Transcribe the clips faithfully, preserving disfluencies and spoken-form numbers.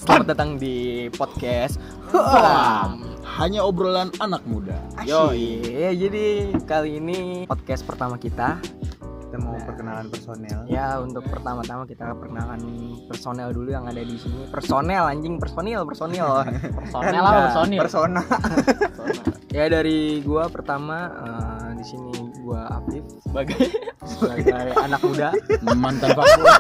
Selamat datang di podcast Hanya obrolan anak muda. Yo, iya, jadi kali ini podcast pertama kita. Kita mau nah, perkenalan personel. Ya, untuk pertama-tama kita perkenalan personel dulu yang ada di sini. Personel anjing, personil, personil. Personel apa personil? Persona. Ya dari gua pertama uh, di sini gua Afif sebagai sebagai anak muda, mantan fuckboy.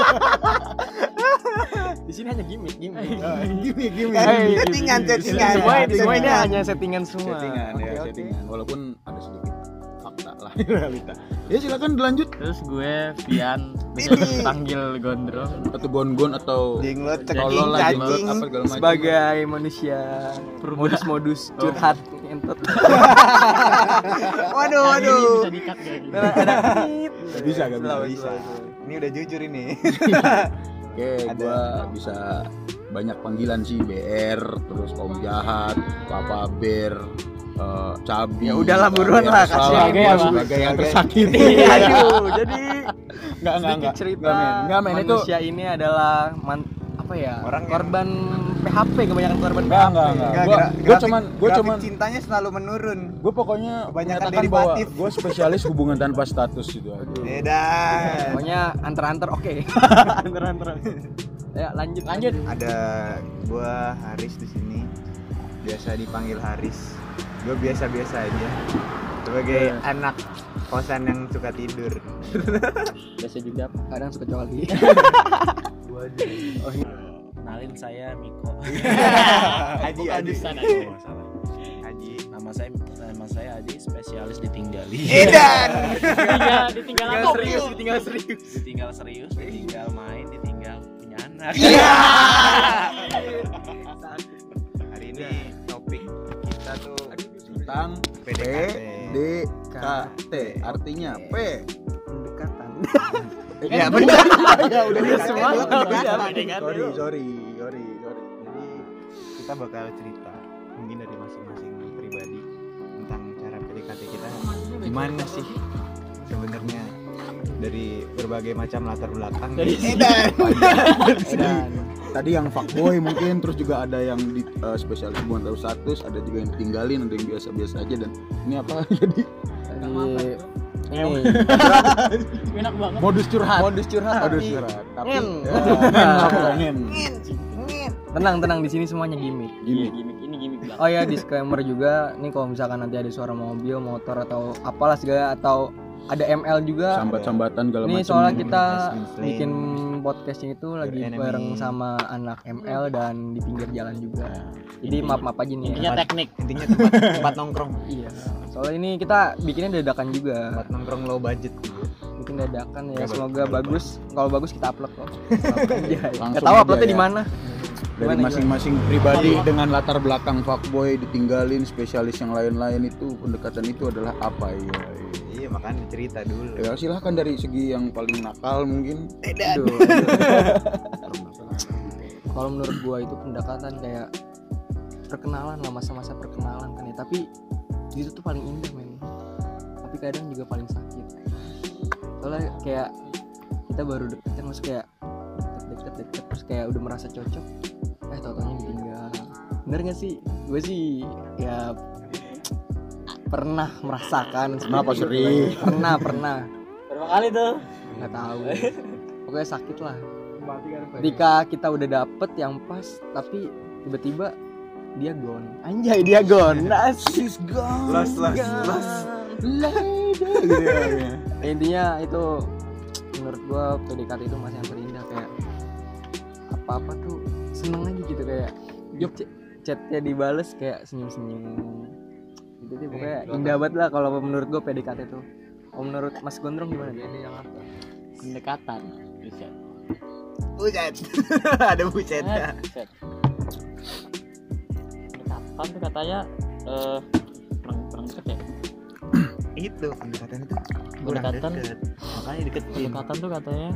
Di sini hanya gimmick, gimmick. Gimmick, gimmick. Hey, settingan, settingan. Semua ini semua ini hanya settingan semua. Settingan Oke, ya, oke. settingan. Walaupun ada sedikit fakta lah realita. Ya silakan dilanjut. Terus gue Vian, bisa panggil Gondrong. Atau gon-gon atau Jenglot, tolol ceking, lah, jenglot, cacing. apa segala macam. Sebagai manusia modus-modus curhat entot. Waduh, Ini waduh. bisa dikat gak gitu? Bisa gak bisa? Bisa. Ini udah jujur ini. Oke, gua bisa banyak panggilan sih, B R, terus Om Jahat, Papa Bear, uh, Cabi. Ya udahlah, buruan lah, Terserah kasih lah, aja gua ya, sebagai yang Sebagai- tersakiti. Aduh, jadi Enggak, enggak, sedikit enggak. cerita Enggak, men. Enggak, men, itu manusia ini adalah man, apa ya? Orang yang- korban P H P, kebanyakan korban Enggak, P H P. enggak, enggak. Enggak, Gua- gra- gua grafik- cuman- gua grafik cuman- cintanya selalu menurun. gue pokoknya Kebanyakan menyatakan bahwa derivatif. gue spesialis hubungan tanpa status gitu aja. Beda. Pokoknya antar-antar oke. Antar-antar. Ya, lanjut. Lanjut. Ada gua Haris di sini. Biasa dipanggil Haris. Gua biasa-biasa aja. Sebagai anak kosan yang suka tidur. Biasa juga. Kadang suka coli. Kenalin saya Miko. Haji, Haji. Bukan, Oh, salah. Haji. Nama saya nama saya Haji, spesialis ditinggali. Edan. Ditinggal, ditinggal apa? serius, tinggal serius. Ditinggal serius, ditinggal main, ditinggal punya anak. Iya. Hari ini topik kita tuh Tentang P D K T. P D K T artinya P. Pendekatan. Ya benar. Ya udah Udah semua. semua. Sorry, sorry, sorry, sorry. Jadi kita bakal cerita mungkin dari masing-masing pribadi tentang cara P D K T kita gimana sih sebenarnya dari berbagai macam latar belakang. Dari Edan. Dan Tadi yang fuckboy mungkin, terus juga ada yang di uh, spesialis hubungan tanpa status, ada juga yang ditinggalin, ada yang biasa-biasa aja. Dan ini apa jadi tadi ini enak banget. modus curhat. modus curhat. Modus tapi curhat. Tapi Ngen. ya, ngen lah pokoknya, ngen. tenang tenang di sini semuanya gimmick. Iya, Gini. gimmick ini gimmick banget. Oh ya, disclaimer juga nih, kalau misalkan nanti ada suara mobil, motor atau apalah segala, atau ada M L juga. Sambat-sambatan segala Ini macam. soalnya kita Muslim. bikin podcastnya itu lagi enemy. bareng sama anak M L dan di pinggir jalan juga. Jadi maaf-maaf aja nih Intinya ya. teknik. Intinya tempat, tempat nongkrong. Iya. Soalnya ini kita bikinnya dadakan juga. Tempat nongkrong low budget. Bikin dadakan ya. Nggak Semoga bagus, nggak bagus. Kalau bagus kita upload kok. Enggak Langsung tahu aja uploadnya ya. di mana. Dari Gimana, masing-masing pribadi dengan latar belakang fuckboy, ditinggalin, spesialis yang lain-lain, itu pendekatan itu adalah apa ya? Iya makanya cerita dulu. Ya silahkan dari segi yang paling nakal mungkin. Aduh. Kalau menurut gua itu pendekatan kayak perkenalan lah, masa-masa perkenalan kan ya. Tapi itu tuh paling indah men. Tapi kadang juga paling sakit. Soalnya kayak kita baru deket kan, maksudnya kayak deket-deket terus kayak udah merasa cocok, eh tau-taunya ditinggal. Bener gak sih? Gue sih ya pernah merasakan. Kenapa seperti sering? itu. Pernah, pernah. Berapa kali tuh? Nggak tahu. Pokoknya sakit lah. Ketika kita udah dapet yang pas, tapi tiba-tiba dia gone. Anjay, dia gone. She's gone. Lost, lost, gone. lost. Gitu ya. Intinya itu menurut gua P D K T itu masih yang terindah, kayak apa-apa tuh seneng aja gitu, kayak ch- chatnya dibales kayak senyum-senyum. Gitu deh, pokoknya indah banget lah kalau menurut gua P D K T itu. Kalau menurut Mas Gondrong gimana dia? Yang apa? Pendekatan. Bisa. Buset. Ada buset. Set. Pendekatan tuh katanya eh perang perang deket ya. Itu pendekatan itu. kurang Pendekatan. deket. Makanya deketin. Pendekatan tuh katanya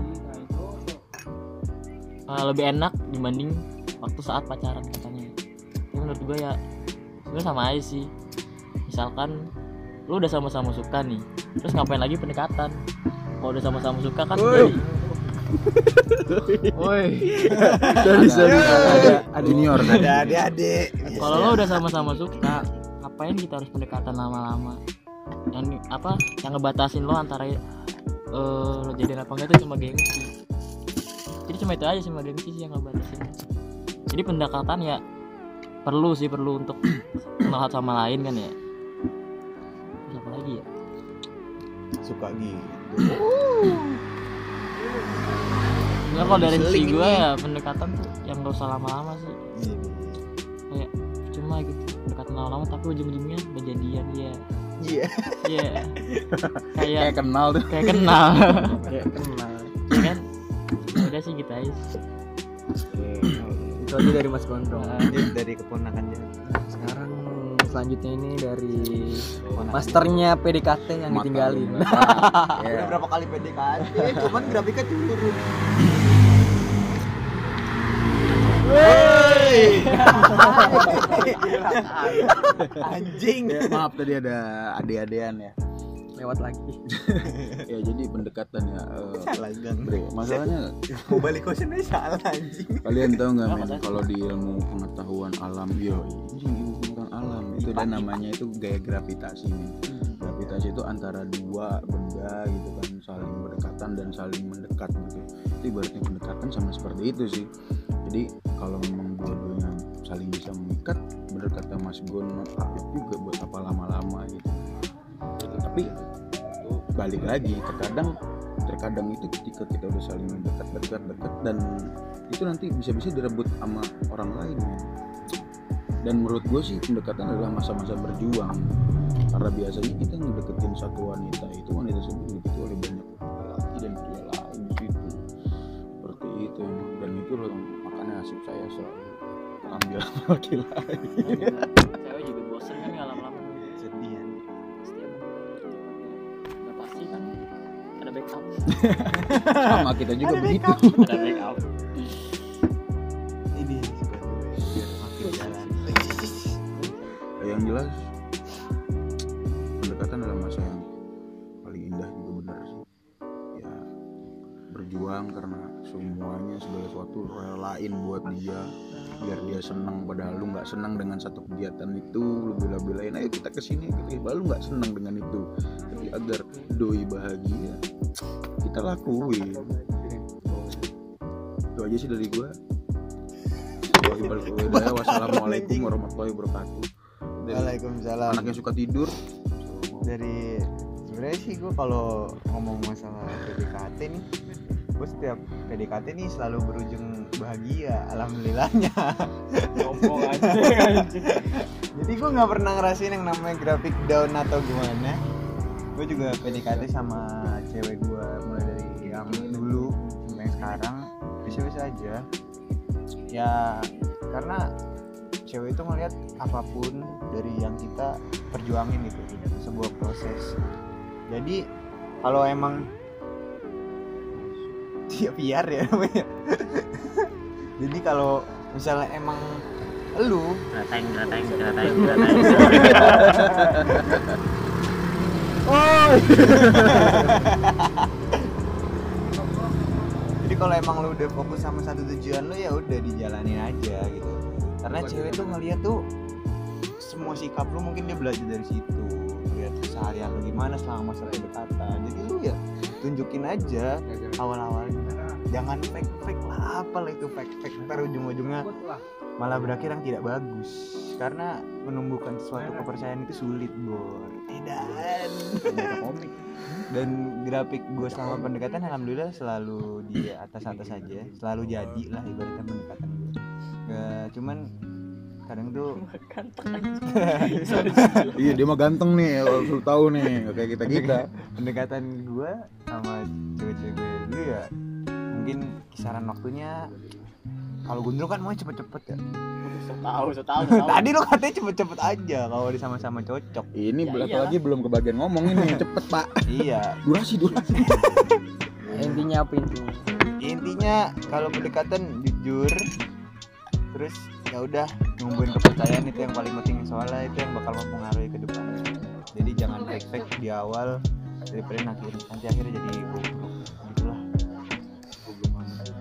eh, lebih enak dibanding waktu saat pacaran katanya. Tapi menurut gue ya sebenarnya sama aja sih. Misalkan lu udah sama-sama suka nih, terus ngapain lagi pendekatan? Kalau udah sama-sama suka kan Uy. jadi Woi. Sorry sorry. Ada ada junior kan. Ada adik-adik. Kalau lo udah sama-sama suka, ngapain kita harus pendekatan lama-lama? Yang apa? Yang ngebatasin lo antara uh, lo jadian apa enggak itu cuma gengsi. Jadi cuma itu aja, cuma gengsi sih yang ngebatasin. Jadi pendekatan ya perlu sih, perlu untuk kenal satu sama lain kan ya. Terus apa lagi ya? Suka gitu. Enggak, kalau dari sisi gue ya pendekatan tuh yang gak usah lama-lama sih. Kayak cuma gitu pendekatan lama-lama tapi ujung-ujungnya berjadian ya. Iya. Iya. Kayak Kayak kenal tuh. kayak kenal. kayak kenal. Ya kan? Udah sih gitu aja. Itu aja dari Mas Gondrong. Lanjut dari keponakan jadi. Sekarang selanjutnya ini dari masternya P D K T yang Mata ditinggalin. lu. Udah Ya. berapa kali P D K T, cuman grafiknya turun. Woi. Anjing. Ya, maaf tadi ada ade-adean ya. Lewat lagi. Ya jadi pendekatan ya. eh, Salah gang. Bre, masalahnya Mau balik questionnya salah anjing. kalian tahu nggak men Apa, kalau di ilmu pengetahuan alam yo ini ilmu pengetahuan alam itu dan namanya itu gaya gravitasi men. Gravitasi itu antara dua benda gitu kan saling berdekatan dan saling mendekat gitu. Itu ibaratnya pendekatan sama seperti itu sih. Jadi kalau memang dua-duanya saling bisa mengikat, bener kata Mas Gon, Afif juga buat apa lama-lama gitu. Tapi balik lagi terkadang terkadang itu ketika kita udah saling dekat dekat dekat dan itu nanti bisa-bisa direbut sama orang lain ya. Dan menurut gue sih pendekatan adalah masa-masa berjuang karena biasanya kita ngedeketin satu wanita itu wanita tersebut dideketin oleh banyak laki dan pria lain di situ seperti itu emang. Dan itu loh makanya nasib saya selalu ambil laki lain. Cewek juga bosan kan ya lama-lama. Sedih ya. Pasti ada. Udah pasti kan ada backup. Sama kita juga begitu. Ada backup. Ini sebenarnya biar makin jalan. Yang jelas pendekatan adalah masa yang paling indah juga benar sih ya, berjuang karena semuanya segala sesuatu relain buat dia biar dia senang padahal lu nggak senang dengan satu kegiatan itu lu bela-belain ayo kita kesini gitu padahal lu nggak senang dengan itu tapi agar doi bahagia kita lakuin. Itu aja sih dari gua. Wassalamualaikum warahmatullahi wabarakatuh. Dari Waalaikumsalam. anak yang suka tidur Dari sebenarnya sih gue kalau ngomong masalah P D K T nih, gue setiap P D K T nih selalu berujung bahagia, alhamdulillahnya. Ngomong aja. Jadi gue nggak pernah ngerasain yang namanya grafik down atau gimana. Gue juga P D K T sama cewek gue mulai dari yang dulu sampai yang sekarang bisa-bisa aja. Ya karena cewek itu ngelihat apapun dari yang kita perjuangin gitu, sebuah proses. Jadi kalau emang dia biar ya namanya. Jadi kalau misalnya emang lu Grateng, grateng, grateng, grateng. oh jadi kalau emang lu udah fokus sama satu tujuan lu ya udah dijalanin aja gitu. Karena cewek tuh ngeliat tuh semua sikap lu mungkin dia belajar dari situ, lihat keseharian lu gimana selama masa pendekatan. Jadi lu ya tunjukin aja awal-awalnya, jangan fake-fake lah, apalah itu fake-fake, ntar ujung-ujungnya malah berakhir yang tidak bagus. Karena menumbuhkan sesuatu kepercayaan itu sulit, Bor. Dan dan grafik gue selama pendekatan alhamdulillah selalu di atas-atas aja, selalu jadi lah ibaratnya pendekatan gue. Gak, cuman kadang tuh iya dia mah ganteng nih lu tahu nih kayak kita kita pendekatan gue sama cewek-cewek dulu ya mungkin kisaran waktunya kalau Gundrung kan mau cepet-cepet ya. Tahu, tahu, tahu. Tadi lu katanya cepet-cepet aja kalau di sama-sama cocok. ini Ya, belum iyalah. lagi belum kebagian ngomong ini cepet pak Iya. durasi durasi Intinya apa intinya? Intinya kalau pendekatan jujur, terus ya udah numbuhin kepercayaan itu yang paling penting, soalnya itu yang bakal mempengaruhi ke depannya. Jadi jangan fake-fake di awal daripada nanti nanti akhirnya jadi goblok gitulah.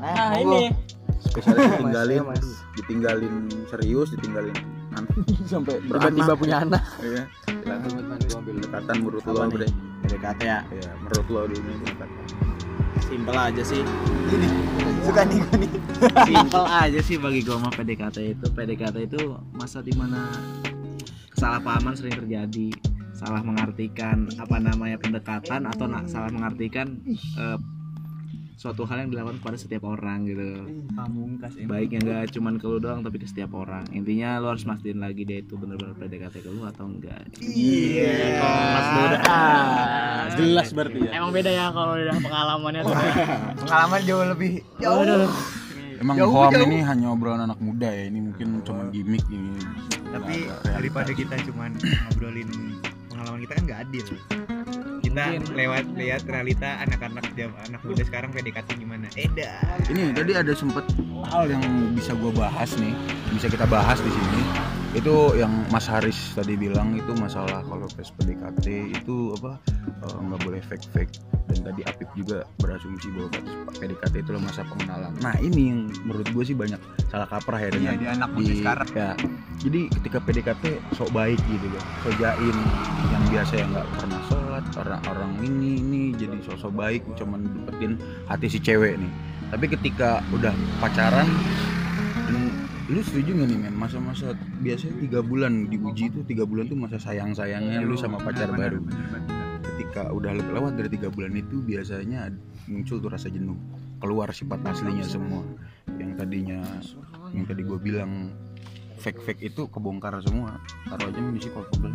Nah, monggo. ini spesialis Mas, ditinggalin, Mas. ditinggalin serius, ditinggalin anak sampai Tiba-tiba beranak. punya anak. Iya. Langsung ambil dekatan menurut Apa lo, nih? Bre. P D K T ya. Ya, menurut lo dulu dekatan. Simpel aja sih. Ini suka nih gue nih. Simpel aja sih bagi gua mah P D K T itu. P D K T itu masa dimana kesalahpahaman sering terjadi, salah mengartikan apa namanya pendekatan atau na- salah mengartikan eh, suatu hal yang dilakukan kepada setiap orang gitu. Pamungkas ini. Baiknya nggak cuman ke lu doang tapi ke setiap orang. Intinya lu harus mastiin lagi dia itu benar-benar P D K T ke lu atau enggak. Iya. Mas Duda. Ah, Jelas berarti ya. emang beda ya kalau udah pengalamannya tuh. Pengalaman jauh lebih jauh. Aduh. Emang Jauh, hoam jauh. ini hanya obrolan anak muda ya. Ini mungkin cuma gimmick ini. Tapi Nggak ada daripada realitas. kita cuman ngobrolin pengalaman kita kan nggak adil. Kita lewat lihat realita anak-anak jam- anak muda sekarang P D K T gimana. Eda. Ini tadi ada sempet hal yang bisa gue bahas nih, bisa kita bahas di sini. Itu yang Mas Haris tadi bilang itu masalah kalau tes P D K T itu apa eh, nggak boleh fake fake, dan tadi Apip juga berasumsi bahwa tes P D K T itu masa pengenalan. Nah ini yang menurut gue sih banyak salah kaprah ya dengan Iya, di anak muda sekarang. ya. Jadi ketika P D K T sok baik gitu kan, sok jaim, yang biasa yang nggak pernah sholat, orang-orang ini ini jadi sosok baik, cuman dapetin hati si cewek nih. Tapi ketika udah pacaran, dan lu setuju nggak nih men, masa-masa biasanya tiga bulan diuji tuh, tiga bulan tuh masa sayang-sayangnya lu sama pacar baru. Ketika udah le- lewat dari tiga bulan itu biasanya muncul tuh rasa jenuh, keluar sifat aslinya semua. Yang tadinya, yang tadi gue bilang fake-fake itu kebongkar semua. Taruh aja mengisi kolom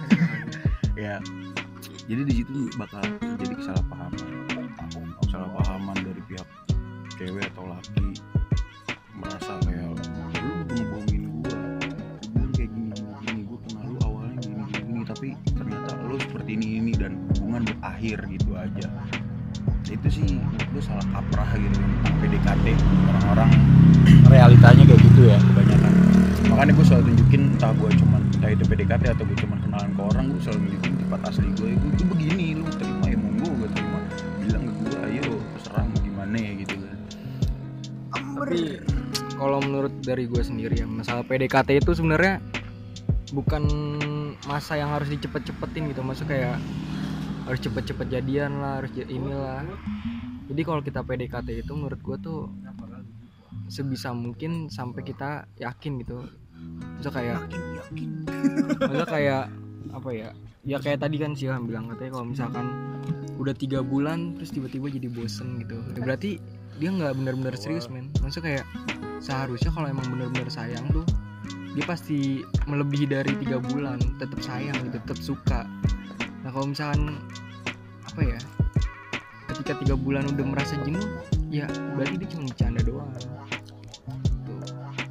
ya. Jadi di situ bakal terjadi kesalahpahaman, kesalahpahaman dari pihak cewek atau laki, merasa kayak lu udah ngebohongin gua, lu bilang kayak gini gini, gua kenal lu awalnya gini gini, gini tapi ternyata lu seperti ini ini dan hubungan berakhir gitu aja. Itu sih menurut gua salah kaprah gitu tentang P D K T. Orang-orang realitanya kayak gitu ya kebanyakan. Makanya gue selalu tunjukin, entah gue cuman entah itu P D K T atau gue cuman kenalan ke orang, gue selalu tunjukin sifat asli gue. Gue tuh begini, lu terima ya monggo, gue terima. Bilang ke gue, ayo terserah mau gimana ya gitu kan. Tapi kalau menurut dari gue sendiri ya, masalah P D K T itu sebenarnya bukan masa yang harus dicepet-cepetin gitu. Maksudnya kayak harus cepet-cepet jadian lah, harus j- inilah. Jadi kalau kita P D K T itu menurut gue tuh sebisa mungkin sampai kita yakin gitu. Maksudnya kayak maksudnya kayak apa ya? Ya kayak tadi kan sih Ilham bilang, katanya kalau misalkan udah tiga bulan terus tiba-tiba jadi bosen gitu. Ya berarti dia nggak benar-benar serius men. Maksudnya kayak seharusnya kalau emang benar-benar sayang tuh dia pasti melebihi dari tiga bulan, tetap sayang gitu, tetap suka. Nah kalau misalkan apa ya, ketika tiga bulan udah merasa jenuh, ya berarti dia cuma bercanda doang. Tuh.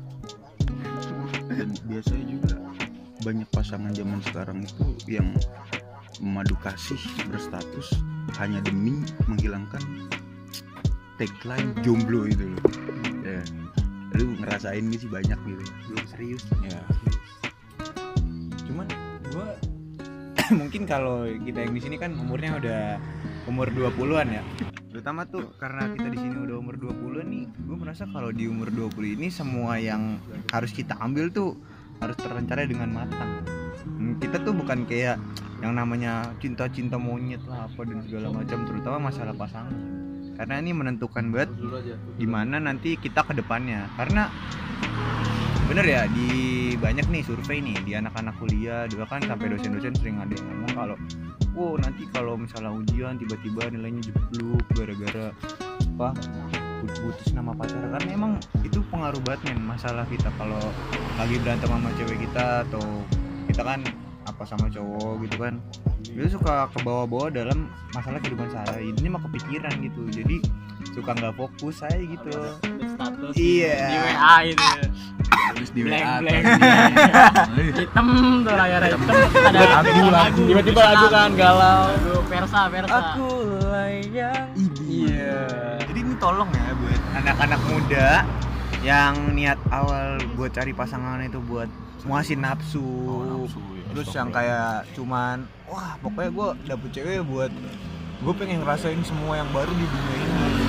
Dan biasanya juga banyak pasangan zaman sekarang itu yang memadu kasih berstatus hanya demi menghilangkan tagline jomblo itu loh. Ya, lu ngerasain gak sih banyak gitu? Belum serius. Ya. Cuman gua mungkin kalau kita yang di sini kan umurnya udah umur dua puluhan ya. Terutama tuh karena kita di sini udah umur dua puluhan nih, gue merasa kalau di umur dua puluh ini semua yang harus kita ambil tuh harus terencana dengan matang. Hmm, Kita tuh bukan kayak yang namanya cinta-cinta monyet lah apa dan segala macam, terutama masalah pasangan. Karena ini menentukan banget gimana nanti kita ke depannya. Karena bener ya, di banyak nih survei nih di anak-anak kuliah juga kan, sampai dosen-dosen sering ada yang ngomong kalau wow nanti kalau misalnya ujian tiba-tiba nilainya jeblok gara-gara apa putus nama pacar. Karena emang itu pengaruh banget men, masalah kita kalau lagi berantem sama cewek kita atau kita kan apa sama cowok gitu kan, itu suka ke bawah-bawah dalam masalah kehidupan sehari. Ini mah kepikiran gitu, jadi suka nggak fokus saya gitu. Status Iya. di W A itu ya. Terus di W A Blank, atau blank. di- Hitam tuh layar hitam, ada lagu lagu Tiba-tiba lagu kan galau. lagu Persa Persa. layak. Iya. Jadi ini tolong ya buat anak-anak muda yang niat awal buat cari pasangan itu buat muasin nafsu. Oh, nafsu, ya. Terus yang kayak cuman wah pokoknya gue dapet cewek buat gue pengen ngerasain semua yang baru di dunia ini.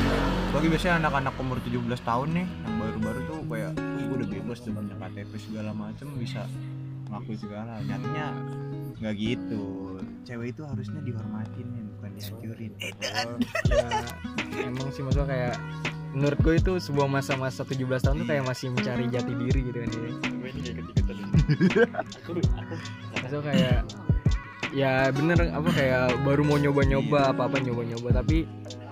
bagi biasanya anak-anak umur tujuh belas tahun nih yang baru-baru tuh kayak gue udah bebas dengan K T P segala macem bisa ngelakuin segala. Nyatanya nggak gitu, cewek itu harusnya dihormatin ya, bukan dihancurin. Edan. Ya, emang sih maksudnya kayak menurut gue itu sebuah masa-masa tujuh belas tahun tuh kayak masih mencari jati diri gitu kan dia. Maksudnya kayak ya bener apa kayak baru mau nyoba-nyoba apa-apa nyoba-nyoba, tapi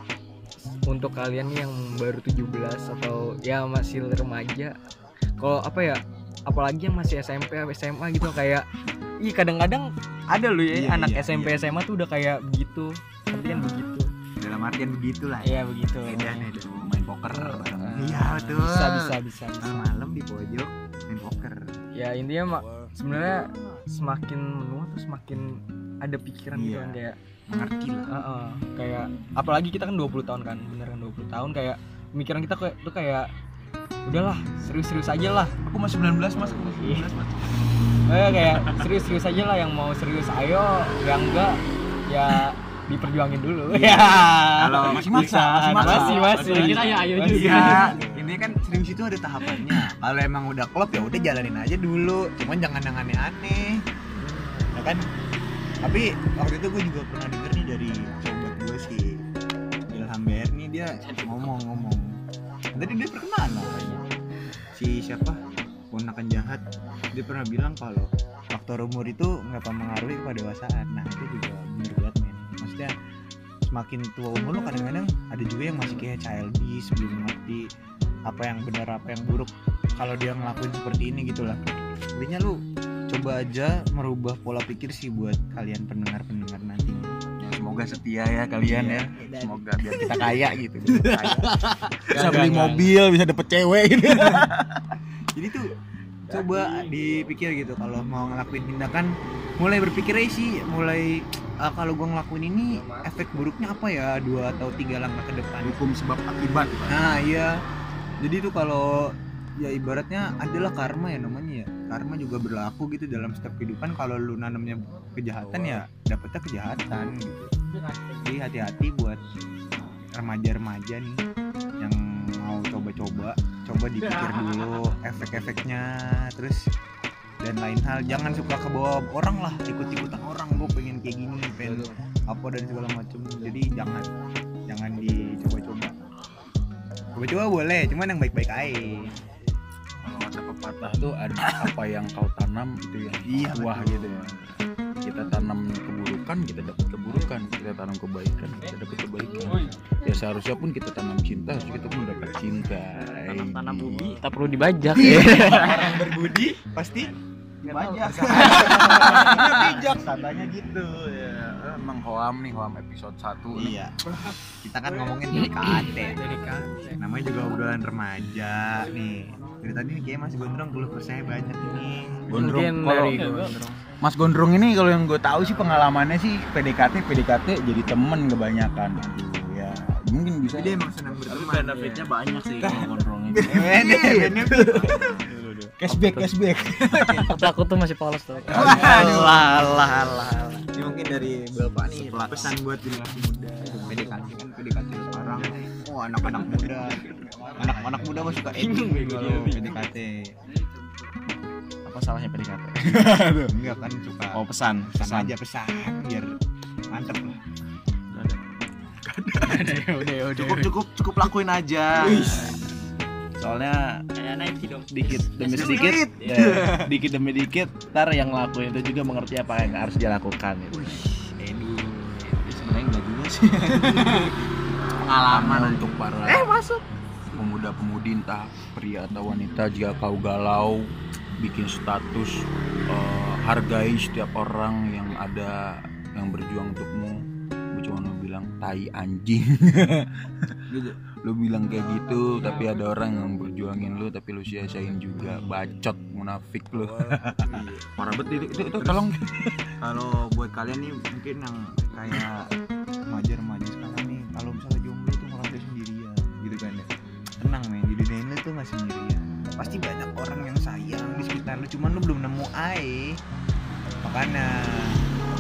untuk kalian yang baru tujuh belas atau ya masih remaja, kalau apa ya apalagi yang masih S M P S M A gitu kayak ih kadang-kadang ada loh ya iya, anak iya, S M P iya. S M A tuh udah kayak begitu, tapi kan begitu. Dalam artian begitulah. Iya begitu. Edan itu main poker bareng. Ah, Iya betul. Bisa bisa bisa. bisa. Malam di pojok main poker. Ya intinya mak sebenarnya semakin menua tuh semakin ada pikiran gitu Iya. kan kayak Mengerti lah. Heeh, kayak apalagi kita kan dua puluh tahun kan, bener kan dua puluh tahun kayak pemikiran kita kayak tuh kayak udahlah serius-serius aja lah. Aku masih sembilan belas mas, aku masih sembilan belas mas. Eh, kayak serius-serius aja lah, yang mau serius ayo, yang enggak ya diperjuangin dulu. Ya. Kalau masih maksa, masih maksa. Masih masih. Kita ya ayo Masih. juga. Iya, ini kan serius itu ada tahapannya. Kalau emang udah klop ya udah jalanin aja dulu. Cuman jangan yang aneh-aneh. Ya kan? Tapi waktu itu gue juga pernah denger nih dari sobat gue si Ilham B R nih, dia ngomong-ngomong. Tadi dia perkenalan kayaknya. Si siapa? Ponakan jahat. Dia pernah bilang kalau faktor umur itu nggak mempengaruhi kedewasaan. Nah itu juga bener banget men. Maksudnya semakin tua umur lo kadang-kadang ada juga yang masih kayak childish, belum ngerti apa yang benar apa yang buruk kalau dia ngelakuin seperti ini gitu lah. Intinya lu coba aja merubah pola pikir sih buat kalian pendengar-pendengar nanti. Ya, semoga setia ya kalian ya. Semoga biar kita kaya gitu. Biar kaya. Bisa Gak, beli gak, mobil, bisa dapet cewek gitu. Jadi tuh coba dipikir gitu kalau mau ngelakuin tindakan, mulai berpikir aja sih, mulai uh, kalau gua ngelakuin ini efek buruknya apa ya, dua atau tiga langkah ke depan. Hukum sebab akibat. Nah iya, jadi tuh kalau ya ibaratnya adalah karma ya namanya ya, karma juga berlaku gitu dalam setiap kehidupan. Kalau lu nanamnya kejahatan ya dapetnya kejahatan gitu. Jadi hati-hati buat remaja-remaja nih yang mau coba-coba, coba dipikir dulu efek-efeknya, terus dan lain hal. Jangan suka kebawa orang lah, ikut-ikutan orang, gue pengen kayak gini, pengen apa dan segala macam. Jadi jangan jangan dicoba-coba. Coba-coba boleh, cuman yang baik-baik aja. Kalau kata pepatah tuh ada apa yang kau tanam itu yang Iya, buah betul. gitu ya. Kita tanam keburukan, kita dapat keburukan. Kita tanam kebaikan, kita dapat kebaikan. Ya seharusnya pun kita tanam cinta, harusnya kita pun dapat cinta. Tanam ubi tak perlu dibajak. Orang berbudi pasti dibajak. Bijak katanya gitu ya. Emang Hoam nih, Hoam episode satu nih. Iya. Kita kan ngomongin P D K T. P D K T. Namanya juga obrolan remaja nih. Dari tadi nih kayak Mas Gondrong keluh kesahnya banyak nih. Gondrong, Mungkin kalau dari Gondrong. Mas Gondrong ini kalau yang gue tahu sih pengalamannya sih P D K T P D K T jadi temen kebanyakan. Aduh ya, mungkin bisa. Dia emang senang berteman. Benefitnya banyak sih kalau gondrong ini. Cashback, cashback. Tapi aku tuh masih polos tuh. Aduh. Alah, alah, alah. Ini mungkin dari Bapak nih pesan buat generasi muda. P D K T kan P D K T sekarang. Oh, anak-anak muda. Anak-anak muda mah suka eding kalau P D K T. Apa salahnya P D K T? Enggak kan suka. Oh, pesan, pesan aja pesan biar mantep lah. Cukup cukup cukup lakuin aja. Soalnya Kayak Nike dong. dikit demi sedikit, ya, dikit demi dikit, ntar yang ngelakuin itu juga mengerti apa yang harus dia lakukan gitu. Edu. Tapi sebenarnya enggak juga sih. Pengalaman untuk para pemuda-pemudi entah pria atau wanita, jika kau galau bikin status, eh, hargai setiap orang yang ada yang berjuang untukmu. Gue cuma mau bilang tai anjing. Lu bilang kayak gitu tapi ada orang yang berjuangin lu tapi lu sia-siain juga, bacot munafik lu. Parah banget itu, itu, itu tolong. Kalau buat kalian nih mungkin yang kayak remaja-remaja sekarang nih, kalau misalnya jomblo tuh ngerasa sendirian gitu kan ya. Tenang men, di dunia ini tuh nggak sendirian. Pasti banyak orang yang sayang di sekitar lu, cuman lu belum nemu ae. Makanya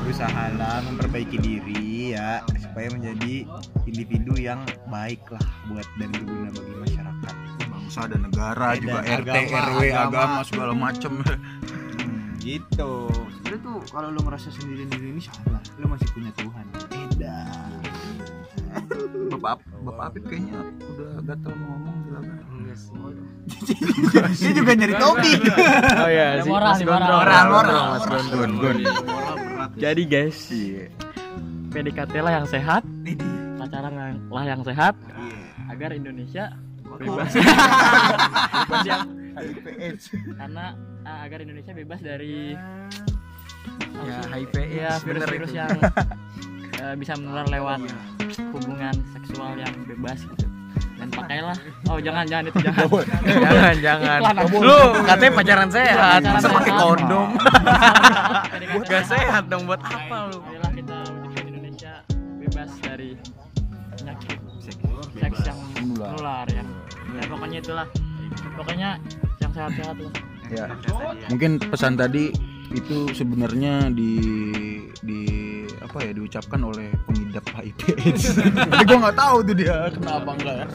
berusahalah memperbaiki diri ya supaya menjadi individu yang baik lah buat dan berguna bagi masyarakat, bangsa dan negara Dan juga R T agama, R W agama. agama segala macem. hmm, gitu. Sebenarnya tuh kalau lu ngerasa sendiri sendiri ini salah, lu masih punya Tuhan. Edan. Bapak Bapak Apit kayaknya udah gatel mau ngomong, silakan. Enggak sih. Dia juga nyari topik. Oh iya Ada sih. moral, Mas nih, Gondrong. moral. Moral, moral, Mas moral. Gondrong. Gon, gon. Jadi guys, Iya. P D K T lah yang sehat, Ini dia. pacaran lah yang sehat, Iya. agar Indonesia bebas. Bebas yang karena ah, agar Indonesia bebas dari Ya, apa H I V sih? ya AIDS, bener virus-virus itu. yang eh, bisa menular lewat hubungan seksual yang bebas gitu. Dan pakailah, oh jangan jangan itu jangan. Jangan, jangan. Iklan, aku. Lu katanya pacaran sehat, Pacaran masa pakai sehat. kondom? P D K T Gak sehat dong, buat apa lu? Marilah kita wujudkan Indonesia bebas dari penyakit seks yang menular ya. Ya pokoknya itulah. Pokoknya yang sehat-sehat lah. Ya. Mungkin pesan tadi itu sebenarnya di di apa ya diucapkan oleh pengidap H I V AIDS. Tapi gue nggak tahu tuh dia kenapa enggak.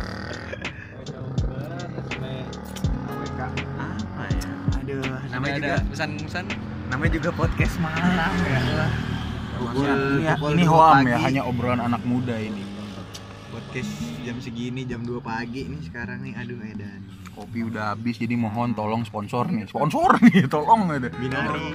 Apa ya? Aduh, namanya Ada juga pesan-pesan. namanya juga podcast malam ya. Pukul, Ini- pukul ini dua hoam pagi. ya, hanya obrolan anak muda ini. Podcast jam segini jam dua pagi nih sekarang nih. Aduh Edan. Kopi udah habis, jadi mohon tolong sponsor nih. Sponsor nih, tolong gitu. Binari.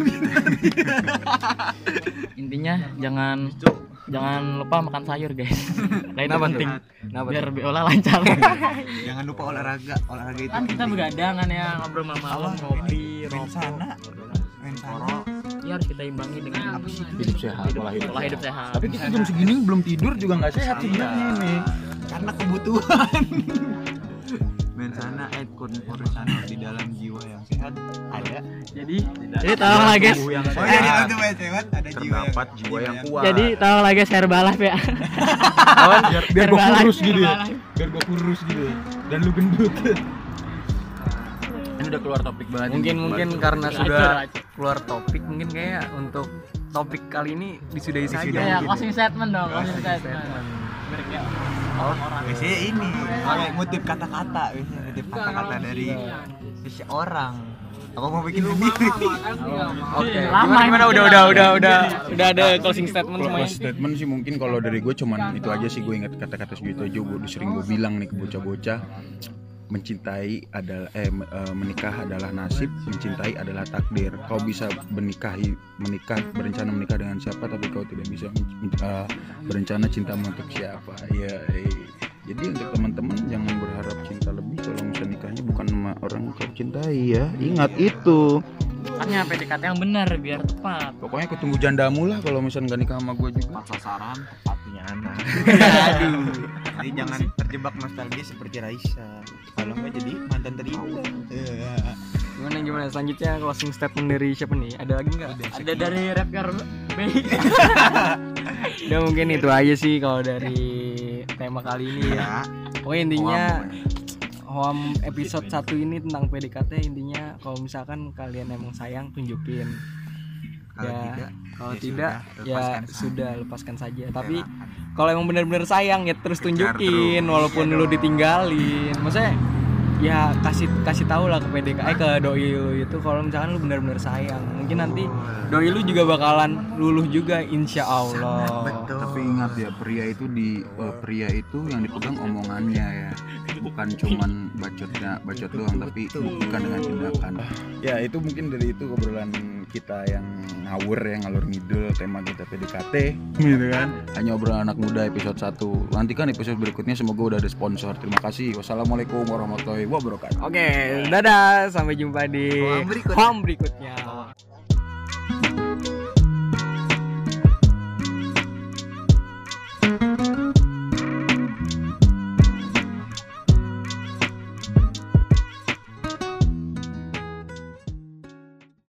Intinya jangan jangan lupa makan sayur guys. Nah itu Kenapa tuh? penting Kenapa biar tuh? biola lancar. Jangan lupa olahraga. Olahraga itu Kan kita penting. begadang kan ya ngobrol malam-malam ngopi, Main rokok. sana. Main sana. Ya harus kita imbangi dengan Hidup sehat, pola hidup. pola hidup sehat. Tapi kita jam segini belum tidur juga nggak sehat sebenarnya ini. Karena kebutuhan. Main sana, eh konfor sana di dalam jiwa yang sehat ada. Jadi jadi tolonglah guys. Tubuh yang Oh sehat. jadi untuk main sehat ada jiwa yang Terdapat jiwa yang kuat. Jadi tolonglah guys share balas ya. biar, biar gua Herbalife, kurus gitu ya. Herbalife. Biar gua kurus gitu ya. Dan lu gendut. Ini udah keluar topik banget. Mungkin mungkin karena Acur, sudah acur. keluar topik, mungkin kayak untuk topik kali ini disudahi saja. Ya, mungkin. closing statement dong, closing Closing statement. statement. Biar kayak orang-orang. biasanya ini pakai ngutip kata-kata biasanya ngutip kata-kata dari seseorang. Apa mau bikin sendiri? Oke. Lama Gimana, ini. gimana udah udah udah udah udah ada closing statement Kalau semuanya. close statement sih mungkin kalau dari gue cuman itu aja sih, gue ingat kata-kata segitu aja. Gue udah sering gue bilang nih ke bocah-bocah, mencintai adalah eh me- eh, menikah adalah nasib, mencintai adalah takdir. Kau bisa menikahi menikah berencana menikah dengan siapa, tapi kau tidak bisa men- men- eh, berencana cintamu untuk siapa. Ya, eh. Jadi untuk teman-teman jangan berharap cinta lebih kalau misalnya nikahnya bukan sama orang yang kau cintai ya. Ingat itu. Makanya P D K T yang benar biar tepat. Pokoknya aku tunggu jandamu lah kalau misalnya gak nikah sama gue juga. Tepat sasaran, tepat punya anak. Aduh. Jadi jangan terjebak nostalgia seperti Raisa. Kalau nggak jadi mantan terindah. Gimana gimana selanjutnya closing statement dari siapa nih? Ada lagi nggak? Ada dari Rapcar B. Udah mungkin itu aja sih kalau dari tema kali ini ya. Pokoknya intinya Hoam episode satu ini tentang P D K T, intinya kalau misalkan kalian emang sayang tunjukin. Kalau Ya, tidak, kalau ya tidak sudah, ya lepaskan saja. sudah lepaskan saja. Tapi kalau emang benar-benar sayang ya terus Kejar tunjukin terus. walaupun Iya lu dong. ditinggalin. Maksudnya ya kasih kasih tahu lah ke P D K eh, ke doi lu itu kalau misalkan lu benar-benar sayang. Mungkin nanti doi lu juga bakalan luluh juga insya Allah. betul. Tapi ingat ya, pria itu di eh, pria itu yang dipegang omongannya ya, bukan cuman bacotnya bacot doang, tapi bukan dengan tindakan. Ya itu mungkin dari itu obrolan kita yang ngawur ya, ngalur ngidul, tema kita P D K T gitu kan, hanya obrolan anak muda episode satu. Nantikan episode berikutnya, semoga udah ada sponsor. Terima kasih. Wassalamualaikum warahmatullahi wabarakatuh. Oke, dadah, sampai jumpa di Hoam berikutnya. Hoam berikutnya.